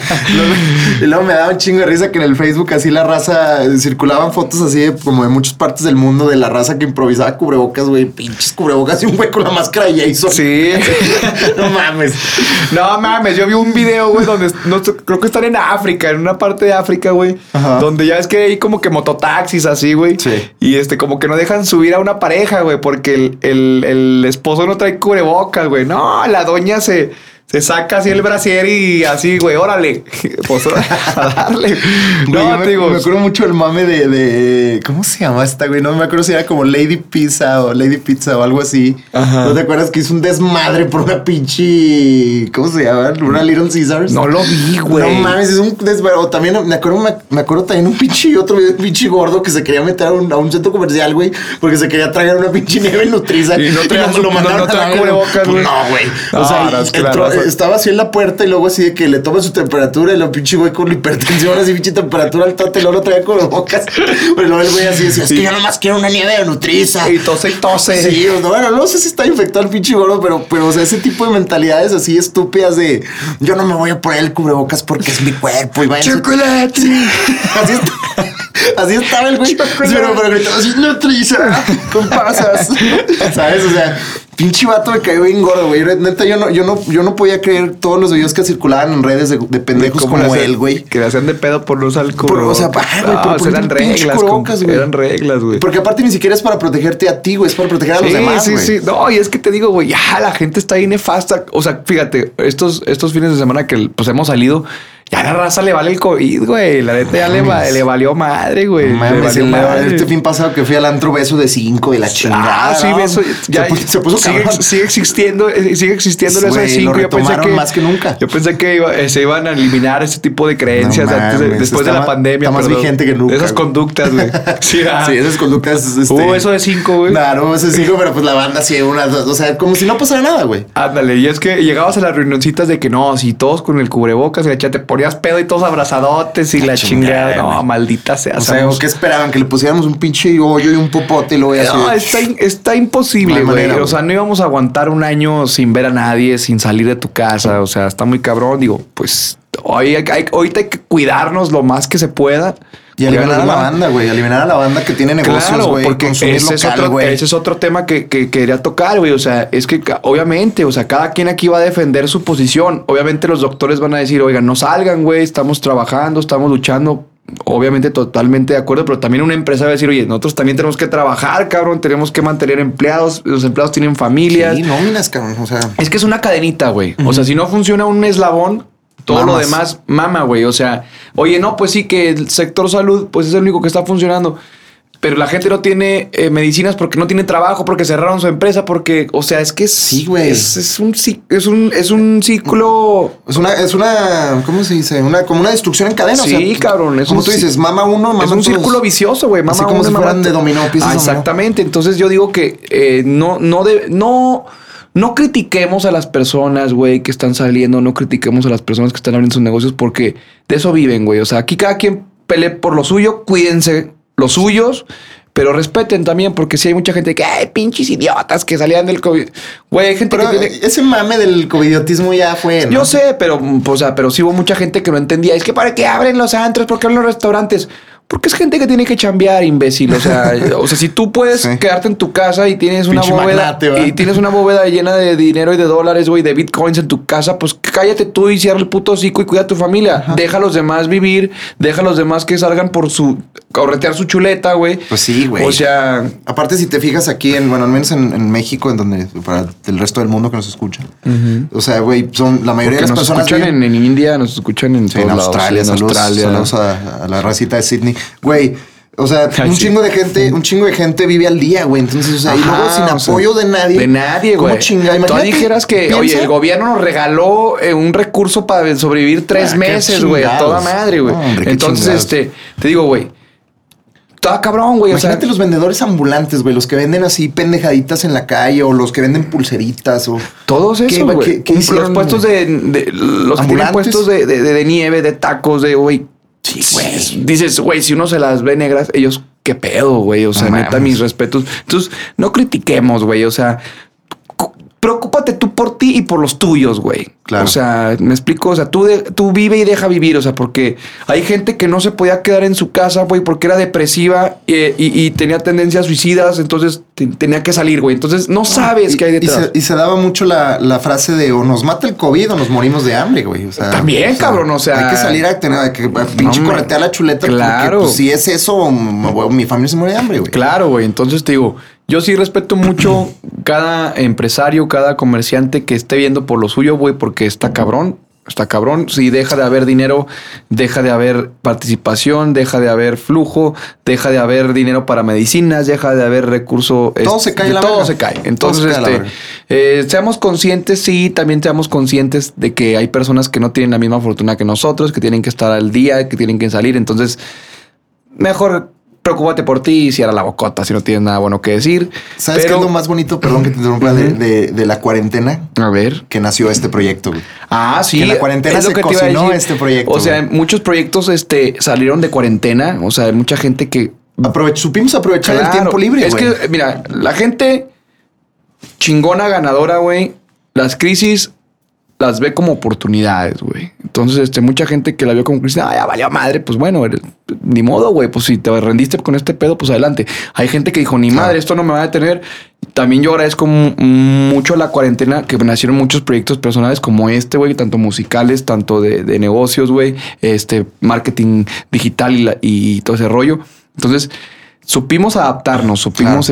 Y luego me daba un chingo de risa que en el Facebook así la raza circulaban fotos así como de muchas partes del mundo de la raza que improvisaba cubrebocas, güey, pinches cubrebocas y un güey con la máscara de Jason. Sí. No mames. Yo vi un video, güey, donde creo que están en África, en una parte de África, güey, donde ya es que hay como que mototaxis así, güey. Sí. Y como que no dejan subir a una pareja, güey, porque el esposo no trae cubrebocas, güey. No, la doña se saca así el brasier y así, güey, órale. Pues a darle. No, te digo. Me acuerdo mucho el mame de ¿cómo se llama esta, güey? No me acuerdo si era como Lady Pizza o algo así. Ajá. ¿No te acuerdas que hizo un desmadre por una pinche... ¿Cómo se llama? Una Little Caesars. No lo vi, güey. No mames, es un desmadre. O también me acuerdo también un pinche gordo que se quería meter a un centro comercial, güey, porque se quería traer una pinche nieve nutriza. Y no lo mandaron a la cubrebocas, güey. No, güey. O sea, estaba así en la puerta y luego así de que le toma su temperatura y lo pinche güey con la hipertensión, así pinche temperatura alta, y luego lo traía con las bocas. Pero luego el güey así decía, es que yo nomás quiero una nieve de Nutriza. Y tose. Sí, bueno, no sé si está infectado el pinche gordo, pero o sea, ese tipo de mentalidades así estúpidas de yo no me voy a poner el cubrebocas porque es mi cuerpo y vaya. ¡Chocolate! Así estaba el güey. Pero gritaba así, Nutriza, con pasas. ¿Sabes? O sea, Pinche vato me cayó bien gordo, güey. Neta, yo no podía creer todos los videos que circulaban en redes de pendejos como él, güey. Que le hacían de pedo por no usar el cubrebocas. O sea, güey, eran reglas, güey. Eran reglas, güey. Porque aparte ni siquiera es para protegerte a ti, güey. Es para proteger a los demás, güey. Sí. No, y es que te digo, güey, ya la gente está ahí nefasta. O sea, fíjate, estos fines de semana que pues hemos salido, ya a la raza le vale el COVID, güey. La neta ya le valió madre, güey. Este fin pasado que fui al antro beso de 5 y la chingada. Sí, beso. Ya se puso sigue existiendo eso de 5. Yo pensé que más que nunca. Yo pensé que se iban a eliminar ese tipo de creencias después de la pandemia. Está más vigente que nunca. Esas conductas, güey. Sí, esas conductas. Eso de 5, güey. Claro, eso de 5, pero pues la banda sí, o sea, como si no pasara nada, güey. Ándale, y es que llegabas a las reunioncitas de que no, si todos con el cubrebocas, y te ponías pedo y todos abrazadotes y la chingada. No, maldita sea. O sea, ¿qué esperaban? Que le pusiéramos un pinche hoyo y un popote y lo voy a hacer. No, está imposible, güey. O sea, no íbamos a aguantar un año sin ver a nadie, sin salir de tu casa. O sea, está muy cabrón. Digo, pues ahorita hay que cuidarnos lo más que se pueda. Y eliminar a la banda, güey. Eliminar a la banda que tiene negocios, güey. Porque ese es otro tema que quería tocar, güey. O sea, es que obviamente, o sea, cada quien aquí va a defender su posición. Obviamente los doctores van a decir, oigan, no salgan, güey. Estamos trabajando, estamos luchando. Obviamente totalmente de acuerdo, pero también una empresa va a decir, oye, nosotros también tenemos que trabajar, cabrón. Tenemos que mantener empleados. Los empleados tienen familias. Sí, nóminas, cabrón. O sea, es que es una cadenita, güey. O sea, si no funciona un eslabón, todo lo demás mama, güey. O sea, oye, no, pues sí que el sector salud, pues es el único que está funcionando. Pero la gente no tiene medicinas porque no tiene trabajo, porque cerraron su empresa, porque, o sea, es que sí, güey. Es un ciclo. Es una, ¿cómo se dice? Como una destrucción en cadena. Sí, o sea, cabrón. Como tú dices, mama uno, mama es un todos. Círculo vicioso, güey. Así como si fueran de dominó, piezas exactamente. Entonces yo digo que no critiquemos a las personas, güey, que están saliendo. No critiquemos a las personas que están abriendo sus negocios porque de eso viven, güey. O sea, aquí cada quien pelee por lo suyo. Cuídense los suyos, pero respeten también, porque si hay mucha gente que, ay, pinches idiotas que salían del COVID. Güey, hay gente pero que tiene... Ese mame del covidiotismo ya fue, ¿no? Yo sé, pero sí hubo mucha gente que no entendía. Es que ¿para qué abren los antros? ¿Por qué abren los restaurantes? Porque es gente que tiene que chambear, imbécil. O sea, si tú puedes quedarte en tu casa y tienes una bóveda tienes una bóveda llena de dinero y de dólares, güey, de bitcoins en tu casa, pues cállate tú y cierra el puto hocico y cuida a tu familia. Ajá. Deja a los demás vivir, deja a los demás que salgan por corretear su chuleta, güey. Pues sí, güey. O sea, aparte si te fijas aquí al menos en México, en donde para el resto del mundo que nos escucha. O sea, güey, son la mayoría de las personas nos escuchan en India, nos escuchan en todos lados, Australia, saludos a la racita de Sydney. Güey, o sea, un chingo de gente vive al día, güey. Entonces, o sea, y luego sin apoyo de nadie. De nadie, güey. ¿Cómo chingada? Tú dijeras que, oye, el gobierno nos regaló un recurso para sobrevivir 3 meses, güey. A toda madre, güey. Entonces, te digo, güey, está cabrón, güey. Imagínate los vendedores ambulantes, güey. Los que venden así pendejaditas en la calle o los que venden pulseritas o... Todos esos, güey. Los puestos los que tienen puestos de nieve, de tacos, de, güey. Sí, güey. Dices, güey, si uno se las ve negras, ellos, qué pedo, güey. O sea, neta, mis respetos. Entonces, no critiquemos, güey. O sea, preocúpate tú por ti y por los tuyos, güey. Claro. O sea, me explico. O sea, tú vive y deja vivir. O sea, porque hay gente que no se podía quedar en su casa, güey, porque era depresiva y tenía tendencias suicidas. Entonces tenía que salir, güey. Entonces no sabes qué hay detrás. Y se daba mucho la frase de o nos mata el COVID o nos morimos de hambre, güey. O sea, también, cabrón. O sea, hay que salir a pinche corretear la chuleta. Claro. Porque, pues, si es eso, mi familia se muere de hambre, güey. Claro, güey. Entonces te digo, yo sí respeto mucho cada empresario, cada comerciante que esté viendo por lo suyo, güey, porque está cabrón. Está cabrón. Si deja de haber dinero, deja de haber participación, deja de haber flujo, deja de haber dinero para medicinas, deja de haber recurso. Todo se cae. Todo se cae. Entonces, seamos conscientes, sí, también seamos conscientes de que hay personas que no tienen la misma fortuna que nosotros, que tienen que estar al día, que tienen que salir. Entonces, mejor preocúpate por ti y cierra la bocota si no tienes nada bueno que decir. ¿Sabes qué es lo más bonito? Perdón que te interrumpa de la cuarentena. A ver. Que nació este proyento, güey. Ah, sí. Que en la cuarentena se cocinó este proyecto. O sea, muchos proyectos salieron de cuarentena. O sea, hay mucha gente que... supimos aprovechar el tiempo libre, güey. Es que, mira, la gente chingona, ganadora, güey. Las crisis las ve como oportunidades, güey. Entonces, mucha gente que la vio como cristiana, ya valió madre, pues bueno, ni modo, güey. Pues si te rendiste con este pedo, pues adelante. Hay gente que dijo, ni madre, esto no me va a detener. También yo agradezco mucho la cuarentena, que nacieron muchos proyectos personales como güey, tanto musicales, tanto de negocios, güey, marketing digital y todo ese rollo. Entonces, supimos adaptarnos, supimos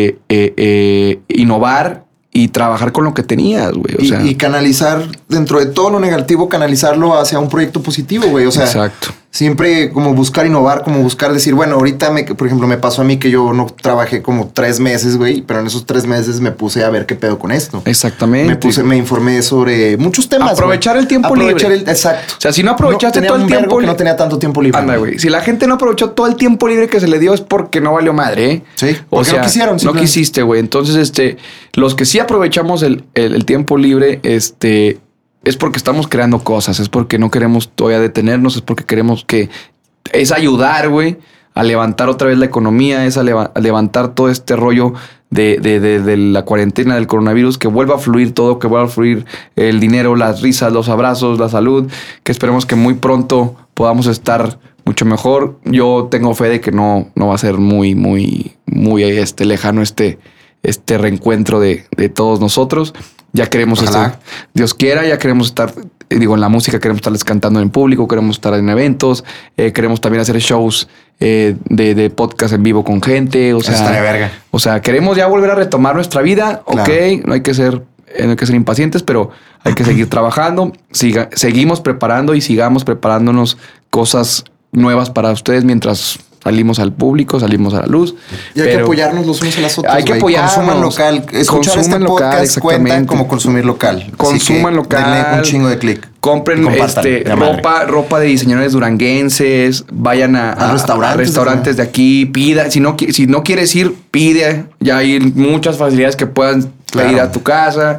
innovar y trabajar con lo que tenías, güey. O sea, y canalizar dentro de todo lo negativo, canalizarlo hacia un proyecto positivo, güey. O sea, exacto. Siempre como buscar innovar, como buscar decir, bueno, ahorita, por ejemplo, me pasó a mí que yo no trabajé como 3 meses, güey, pero en esos 3 meses me puse a ver qué pedo con esto. Exactamente. Me informé sobre muchos temas. Aprovechar el tiempo libre. Exacto. O sea, si no aprovechaste todo el tiempo libre. No tenía tanto tiempo libre. Anda, güey. Si la gente no aprovechó todo el tiempo libre que se le dio es porque no valió madre, ¿eh? Sí. O sea, no quisieron. No quisiste, güey. Entonces, los que sí aprovechamos el tiempo libre, es porque estamos creando cosas, es porque no queremos todavía detenernos, es porque queremos es ayudar, güey, a levantar otra vez la economía, es a levantar todo este rollo de la cuarentena, del coronavirus, que vuelva a fluir todo, que vuelva a fluir el dinero, las risas, los abrazos, la salud, que esperemos que muy pronto podamos estar mucho mejor. Yo tengo fe de que no va a ser muy, muy, muy lejano este reencuentro de todos nosotros. Ya queremos Dios quiera, ya queremos estar, en la música, queremos estarles cantando en público, queremos estar en eventos, queremos también hacer shows de podcast en vivo con gente. O sea, está de verga. O sea, queremos ya volver a retomar nuestra vida. Claro. Ok, no hay que ser impacientes, pero hay que seguir trabajando. Seguimos preparando y sigamos preparándonos cosas nuevas para ustedes mientras salimos al público, salimos a la luz. Y hay que apoyarnos los unos a las otras. Hay que apoyarnos. Consuman local. Escuchar este podcast cuenta como consumir local. Consuman local. Denle un chingo de clic. Compren ropa de diseñadores duranguenses. Vayan a restaurantes de aquí. Pida. Si no quieres ir, pide. Ya hay muchas facilidades que puedan pedir a tu casa.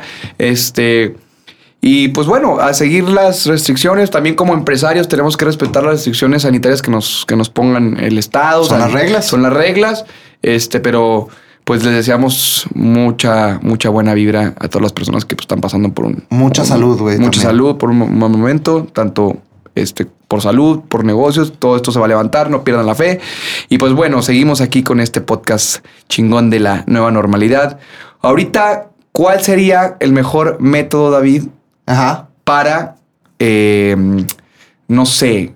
Y pues bueno, a seguir las restricciones. También como empresarios tenemos que respetar las restricciones sanitarias que nos pongan el Estado. Son las reglas. Son las reglas. Pero pues les deseamos mucha buena vibra a todas las personas que están pasando por mucha salud, güey. Mucha salud por un momento, tanto por salud, por negocios. Todo esto se va a levantar, no pierdan la fe. Y pues bueno, seguimos aquí con este podcast chingón de la nueva normalidad. Ahorita, ¿cuál sería el mejor método, David? Ajá. Para, no sé,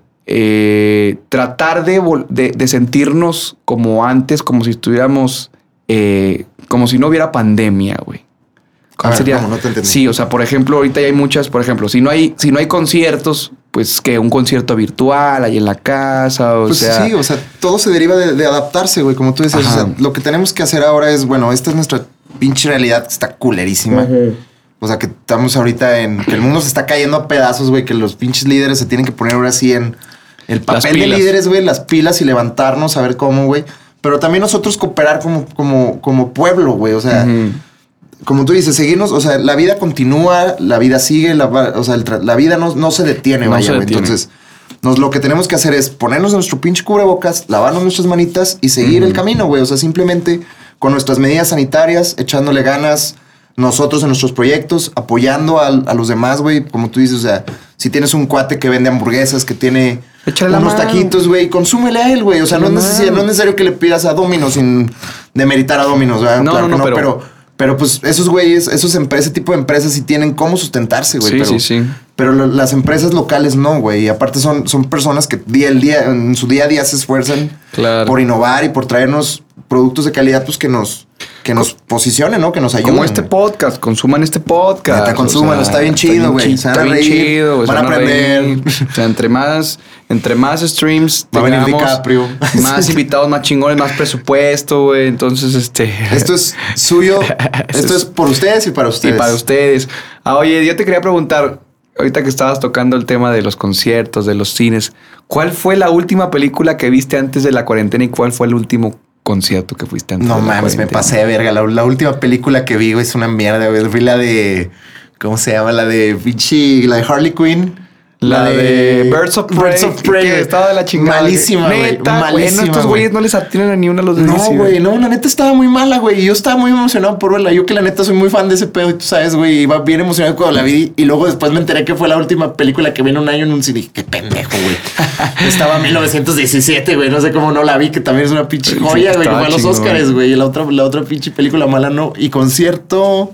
tratar de sentirnos como antes, como si estuviéramos, como si no hubiera pandemia, güey. ¿Cuál sería? No te entendí. Sí, o sea, por ejemplo, ahorita ya hay muchas, por ejemplo, si no hay conciertos, pues que un concierto virtual ahí en la casa, Sí, o sea, todo se deriva de adaptarse, güey, como tú dices. O sea, lo que tenemos que hacer ahora es, bueno, esta es nuestra pinche realidad que está culerísima. Uh-huh. O sea, que estamos ahorita que el mundo se está cayendo a pedazos, güey, que los pinches líderes se tienen que poner ahora sí en el papel de líderes, güey, las pilas y levantarnos a ver cómo, güey. Pero también nosotros cooperar como pueblo, güey. O sea, como tú dices, seguirnos, o sea, la vida continúa, la vida sigue, la vida no se detiene, vaya, güey. Entonces, lo que tenemos que hacer es ponernos nuestro pinche cubrebocas, lavarnos nuestras manitas y seguir el camino, güey. O sea, simplemente con nuestras medidas sanitarias, echándole ganas. Nosotros en nuestros proyectos, apoyando a los demás, güey. Como tú dices, o sea, si tienes un cuate que vende hamburguesas, que tiene unos taquitos, güey, consúmele a él, güey. O sea, no es necesario que le pidas a Domino's sin demeritar a Domino's, ¿verdad? No, claro que no, pero pues esos güeyes, ese tipo de empresas sí tienen cómo sustentarse, güey. Sí. Pero las empresas locales no, güey. Y aparte son personas que en su día a día se esfuerzan por innovar y por traernos productos de calidad, pues que nos posicionen, ¿no? Que nos ayuden. Como este podcast, consuman este podcast. Consúmanlo, está bien chido, güey. Está bien chido, güey. Van a aprender. O sea, entre más streams va a venir DiCaprio. Más invitados, más chingones, más presupuesto, güey. Entonces, Esto es suyo. Esto es por ustedes y para ustedes. Y para ustedes. Oye, yo te quería preguntar, ahorita que estabas tocando el tema de los conciertos, de los cines, ¿cuál fue la última película que viste antes de la cuarentena y cuál fue el último concierto que fuiste antes? No mames, me pasé de verga. La última película que vi, güey, es una mierda, güey. Vi la de... ¿Cómo se llama? La de Harley Quinn. La de Birds of Prey. Que estaba de la chingada. Malísima, güey. Neta, Malísima, bueno, estos güeyes no les atinan a ni una a los de No, DC, güey, no, la neta estaba muy mala, güey. Yo estaba muy emocionado por verla. Yo que la neta soy muy fan de ese pedo, y tú sabes, güey. Iba bien emocionado cuando la vi. Y luego después me enteré que fue la última película que vi en un año en un cine. Qué pendejo, güey. Estaba en 1917, güey. No sé cómo no la vi, que también es una pinche joya, güey. Que fue a los Oscars, güey. Y la otra pinche película mala no. Y concierto...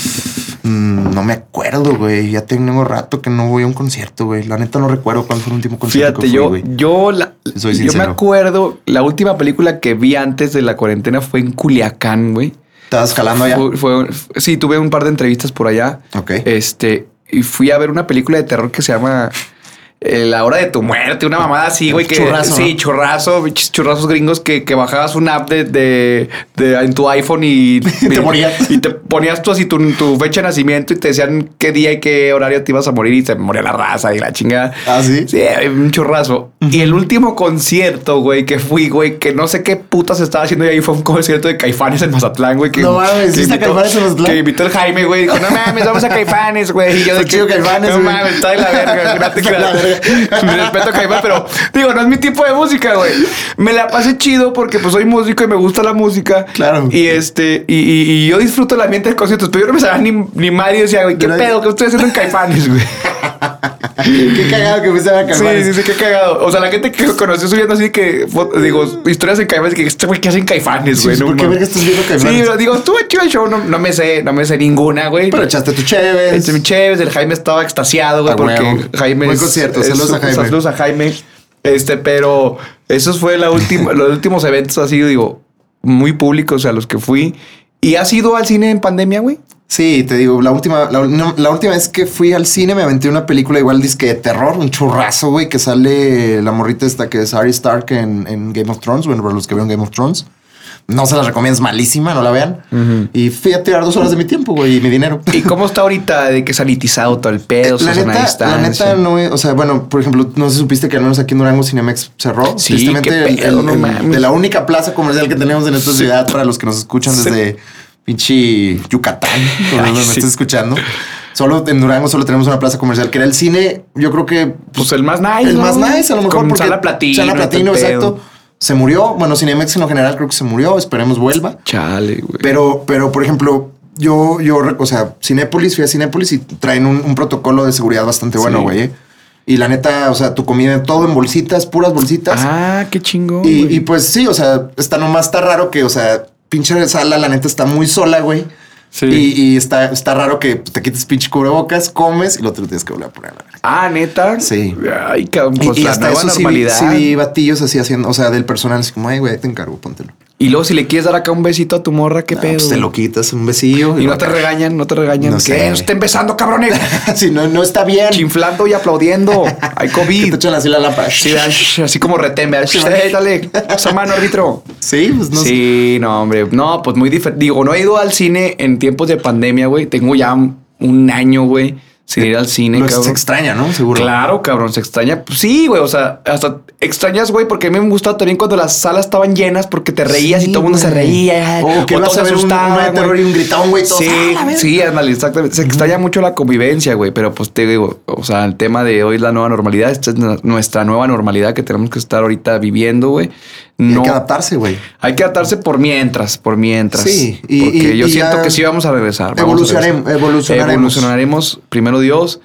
no me acuerdo, güey. Ya tengo rato que no voy a un concierto, güey. La neta no recuerdo cuándo fue el último concierto. Fíjate, que fui, yo me acuerdo, la última película que vi antes de la cuarentena fue en Culiacán, güey. ¿Estabas jalando allá? Sí, tuve un par de entrevistas por allá. Ok. Y fui a ver una película de terror que se llama La Hora de tu Muerte, una mamada así, güey. Churrazo. Sí, ¿no? Churrazos gringos que bajabas una app en tu iPhone y te morías. Y te ponías tú así tu fecha de nacimiento y te decían qué día y qué horario te ibas a morir y se moría la raza y la chingada. ¿Ah, sí? Sí, un churrazo. Y el último concierto, güey, que fui, güey, que no sé qué putas estaba haciendo y ahí fue un concierto de Caifanes en Mazatlán, güey. No mames, ¿sí está Caifanes en Mazatlán? Que invitó el Jaime, güey. Dijo, no mames, vamos a Caifanes, güey. Y yo de chido Caifanes, no mames, está de la verga. Me respeto a Caimán, pero digo, no es mi tipo de música, güey. Me la pasé chido porque pues soy músico y me gusta la música. Claro. Y y yo disfruto el ambiente de conciertos, pero yo no me sabía ni madre y decía, güey, ¿qué pedo? ¿Qué estoy haciendo en Caifanes, güey? Qué cagado que fuiste a ver Caifanes. Sí, qué cagado. O sea, la gente que conoció subiendo así que, digo, historias en Caifanes, que este güey, ¿qué hacen Caifanes, güey? Sí, ¿por qué ver que estás viendo Caifanes? Sí, pero digo, estuvo chido el show, no me sé ninguna, güey. Pero echaste tu chéves. Eché mi chéves, el Jaime estaba extasiado, güey, porque Jaime buen concierto, saludos a Jaime. Saludos a Jaime. Pero esos fue los últimos eventos así, digo, muy públicos a los que fui. ¿Y has ido al cine en pandemia, güey? Sí, te digo, la última vez que fui al cine me aventé una película igual disque de terror, un churrazo, güey, que sale la morrita esta que es Arya Stark en Game of Thrones, bueno, para los que vieron Game of Thrones. No se las recomiendo, es malísima, no la vean. Y fui a tirar 2 horas de mi tiempo, güey, y mi dinero. ¿Y cómo está ahorita de que sanitizado todo el pedo? La neta no es, o sea, bueno, por ejemplo, no sé si supiste que al menos aquí en Durango Cinemex cerró. Sí, tristemente, de la única plaza comercial que tenemos en esta ciudad, para los que nos escuchan desde pinche Yucatán, donde me estás escuchando. Solo en Durango solo tenemos una plaza comercial que era el cine. Yo creo que pues el más nice. El más nice, a lo mejor. Con Sala Platino. Sala Platino, exacto. Se murió. Bueno, Cinemex en lo general creo que se murió. Esperemos vuelva. Chale, güey. Pero, por ejemplo, yo, o sea, Cinépolis, fui a Cinépolis y traen un protocolo de seguridad bastante bueno, güey. Y la neta, o sea, tu comida, todo en bolsitas, puras bolsitas. Ah, qué chingón. Y pues sí, o sea, está raro que, o sea, pinche sala, la neta está muy sola, güey. Sí. Y está raro que te quites pinche cubrebocas, comes y lo otro tienes que volver a poner. Ah, ¿neta? Sí. Ay, cabrón, pues y la hasta nueva eso normalidad. Sí vi batillos así haciendo, o sea, del personal, así como, ay, güey, te encargo, póntelo. Y luego si le quieres dar acá un besito a tu morra, ¿qué pedo? Pues te lo quitas, un besillo. Y no te regañan. No ¿Qué? sé. Está empezando, cabrones. Si no está bien. Chinflando y aplaudiendo. Hay COVID. Que te echan así la lámpara. Sí, así como reteme. Dale, esa mano, árbitro. Sí, pues no sé. Sí, no, hombre. No, pues muy diferente. Digo, no he ido al cine en tiempos de pandemia, güey. Tengo ya un año, güey, sin ir al cine, cabrón. Se extraña, ¿no? Seguro. Claro, cabrón, se extraña. Pues sí, güey, o sea, hasta extrañas, güey, porque a mí me gustaba también cuando las salas estaban llenas porque te reías y todo el mundo se reía. O que vas a ver un terror y un gritón, güey. Sí, ándale, exactamente. Se extraña mucho la convivencia, güey, pero pues te digo, o sea, el tema de hoy es la nueva normalidad. Esta es nuestra nueva normalidad que tenemos que estar ahorita viviendo, güey. No, hay que adaptarse, güey. Hay que adaptarse por mientras. Sí. Porque yo siento que sí vamos a regresar. Evolucionaremos, primero Dios.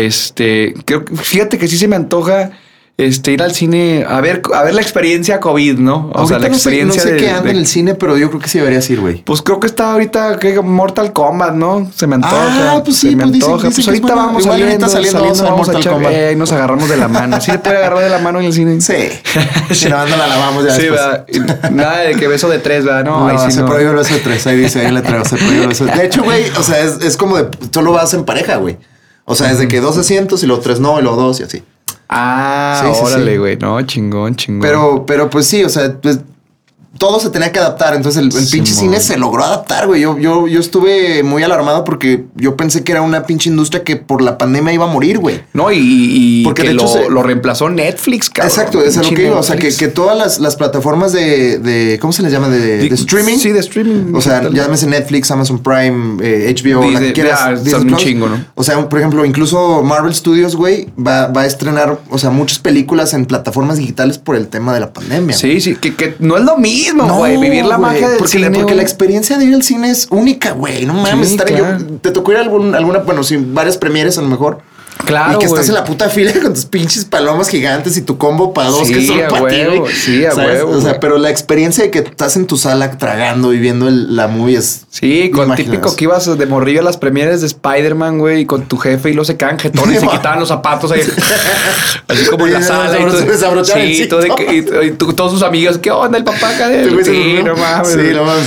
Creo que, fíjate que sí se me antoja ir al cine a ver la experiencia COVID, ¿no? O sea, la experiencia no sé qué anda en el cine, pero yo creo que sí deberías ir, güey. Pues creo que está ahorita Mortal Kombat, ¿no? Se me antoja. Ah, pues sí, se me antoja. Dicen pues ahorita vamos saliendo vamos a echar, y nos agarramos de la mano. ¿Sí se puede agarrar de la mano en el cine? Sí. Si no, la lavamos ya sí, ¿verdad? Nada de que beso de 3, ¿verdad? No, ahí sí se prohíbe el beso de 3. Ahí dice, ahí le traigo, se prohíbe el beso de 3. De hecho, güey, o sea, es como de solo vas en pareja, güey. O sea, es de que 2 asientos y luego 3 no, y luego 2 y así. Ah, sí, órale, güey. Sí. No, chingón. Pero pues sí, o sea, pues todo se tenía que adaptar. Entonces el pinche cine se logró adaptar, güey. Yo estuve muy alarmado porque yo pensé que era una pinche industria que por la pandemia iba a morir, güey. No, y porque que lo reemplazó Netflix, cabrón. Exacto, es lo que iba. O sea, que todas las plataformas de ¿cómo se les llama? De streaming. Sí, de streaming. O sea, llámese Netflix, Amazon Prime, HBO, Disney, la que quieras. Son un chingo, ¿no? O sea, por ejemplo, incluso Marvel Studios, güey, va a estrenar, o sea, muchas películas en plataformas digitales por el tema de la pandemia. Sí, sí, que no es lo mismo, güey. Vivir la magia del cine. Porque la experiencia de ir al cine es única, güey. No mames, sí, te tocó ir a alguna, bueno, sí, varias premieres a lo mejor. Claro, y que estás en la puta fila con tus pinches palomas gigantes y tu combo para dos, que son para ti, güey. Sí, a huevo. O sea, pero la experiencia de que estás en tu sala tragando y viendo la movie es... Sí, con típico que ibas de morrillo a las premieres de Spider-Man, güey, y con tu jefe y los se quedan jetones y se quitaban los zapatos ahí. Así como en la sala. Sí, todos sus amigos. ¿Qué onda el papá acá? Sí, no mames. Sí, no mames.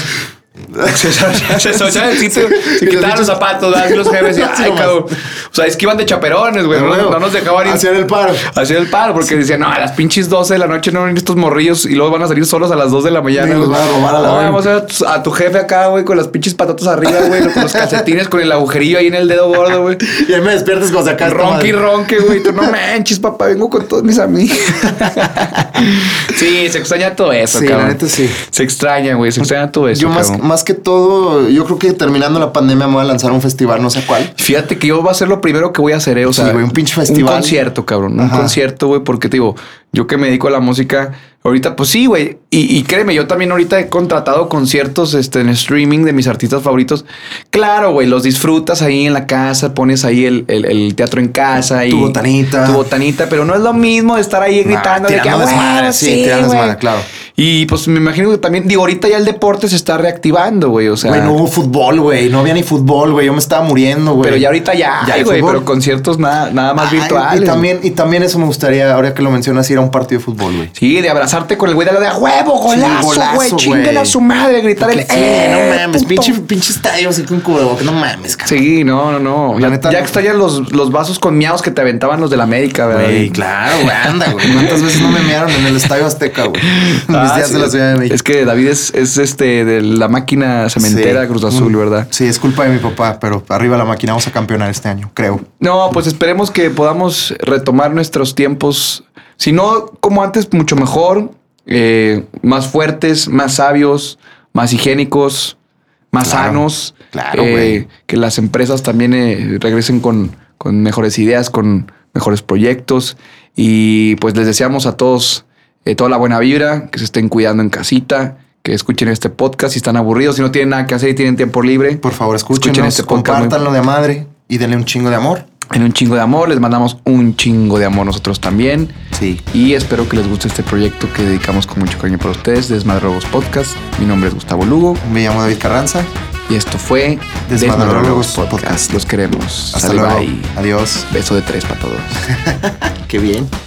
Se soltaban el sitio, se quitaban los zapatos, así los jefes. Ay, cabrón. O sea, es que iban de chaperones, güey. No nos dejaban ir. Hacían el paro. Hacían el paro porque decían, no, a las pinches 12 de la noche no van estos morrillos y luego van a salir solos a las 2 de la mañana. Sí, los van a robar a la hora. Vamos a ver a tu jefe acá, güey, con las pinches patatas arriba, güey, con los calcetines, con el agujerillo ahí en el dedo gordo, güey. Y ahí me despiertas cuando acá. Ronque, güey. Tú no manches, papá, vengo con todos mis amigos. Sí, se extraña todo eso, sí, cabrón. La neta sí. Se extraña, güey. Se extraña todo eso. Yo más que todo, yo creo que terminando la pandemia me voy a lanzar un festival, no sé cuál. Fíjate que yo va a ser lo primero que voy a hacer, o sea, sí, güey, un pinche festival. Un concierto, cabrón. Un concierto, güey, porque te digo, yo que me dedico a la música, ahorita, pues sí, güey. Y créeme, yo también ahorita he contratado conciertos en streaming de mis artistas favoritos. Claro, güey, los disfrutas ahí en la casa, pones ahí el teatro en casa. Tu botanita, pero no es lo mismo de estar ahí gritando. De que, tirando desmadre, claro. Y pues me imagino que también, digo, ahorita ya el deporte se está reactivando, güey. O sea, güey, no hubo fútbol, güey. No había ni fútbol, güey. Yo me estaba muriendo, güey. Pero ya ahorita ya hay, güey. Pero conciertos nada más virtuales. Y también eso me gustaría, ahora que lo mencionas, ir a un partido de fútbol, güey. Sí, de abrazarte con el güey de lo de a huevo, golazo, güey. Chíngale a su madre, gritar el no mames, pinche estadio así con cubrebocas, no mames, cabrón. Sí, no. Ya extrañan los vasos con miados que te aventaban los de la América, güey. Güey, claro, güey, anda, güey. ¿Cuántas veces no me mearon en el Estadio Azteca, güey? Mis días de la Ciudad de México. Es que David es de la máquina cementera Cruz Azul, ¿verdad? Sí, es culpa de mi papá, pero arriba la máquina, vamos a campeonar este año, creo. No, pues esperemos que podamos retomar nuestros tiempos, si no como antes, mucho mejor, más fuertes, más sabios, más higiénicos, más sanos. Claro, güey. Que las empresas también regresen con mejores ideas, con mejores proyectos. Y pues les deseamos a todos toda la buena vibra, que se estén cuidando en casita, que escuchen este podcast si están aburridos, si no tienen nada que hacer y tienen tiempo libre. Por favor, escuchen este podcast. Compártanlo de madre y denle un chingo de amor. En un chingo de amor, les mandamos un chingo de amor nosotros también. Sí. Y espero que les guste este proyecto que dedicamos con mucho cariño para ustedes, Desmadrólogos Podcast. Mi nombre es Gustavo Lugo. Me llamo David Carranza. Y esto fue Desmadrólogos Podcast. Los queremos. Hasta luego. Bye. Adiós. Beso de 3 para todos. Qué bien.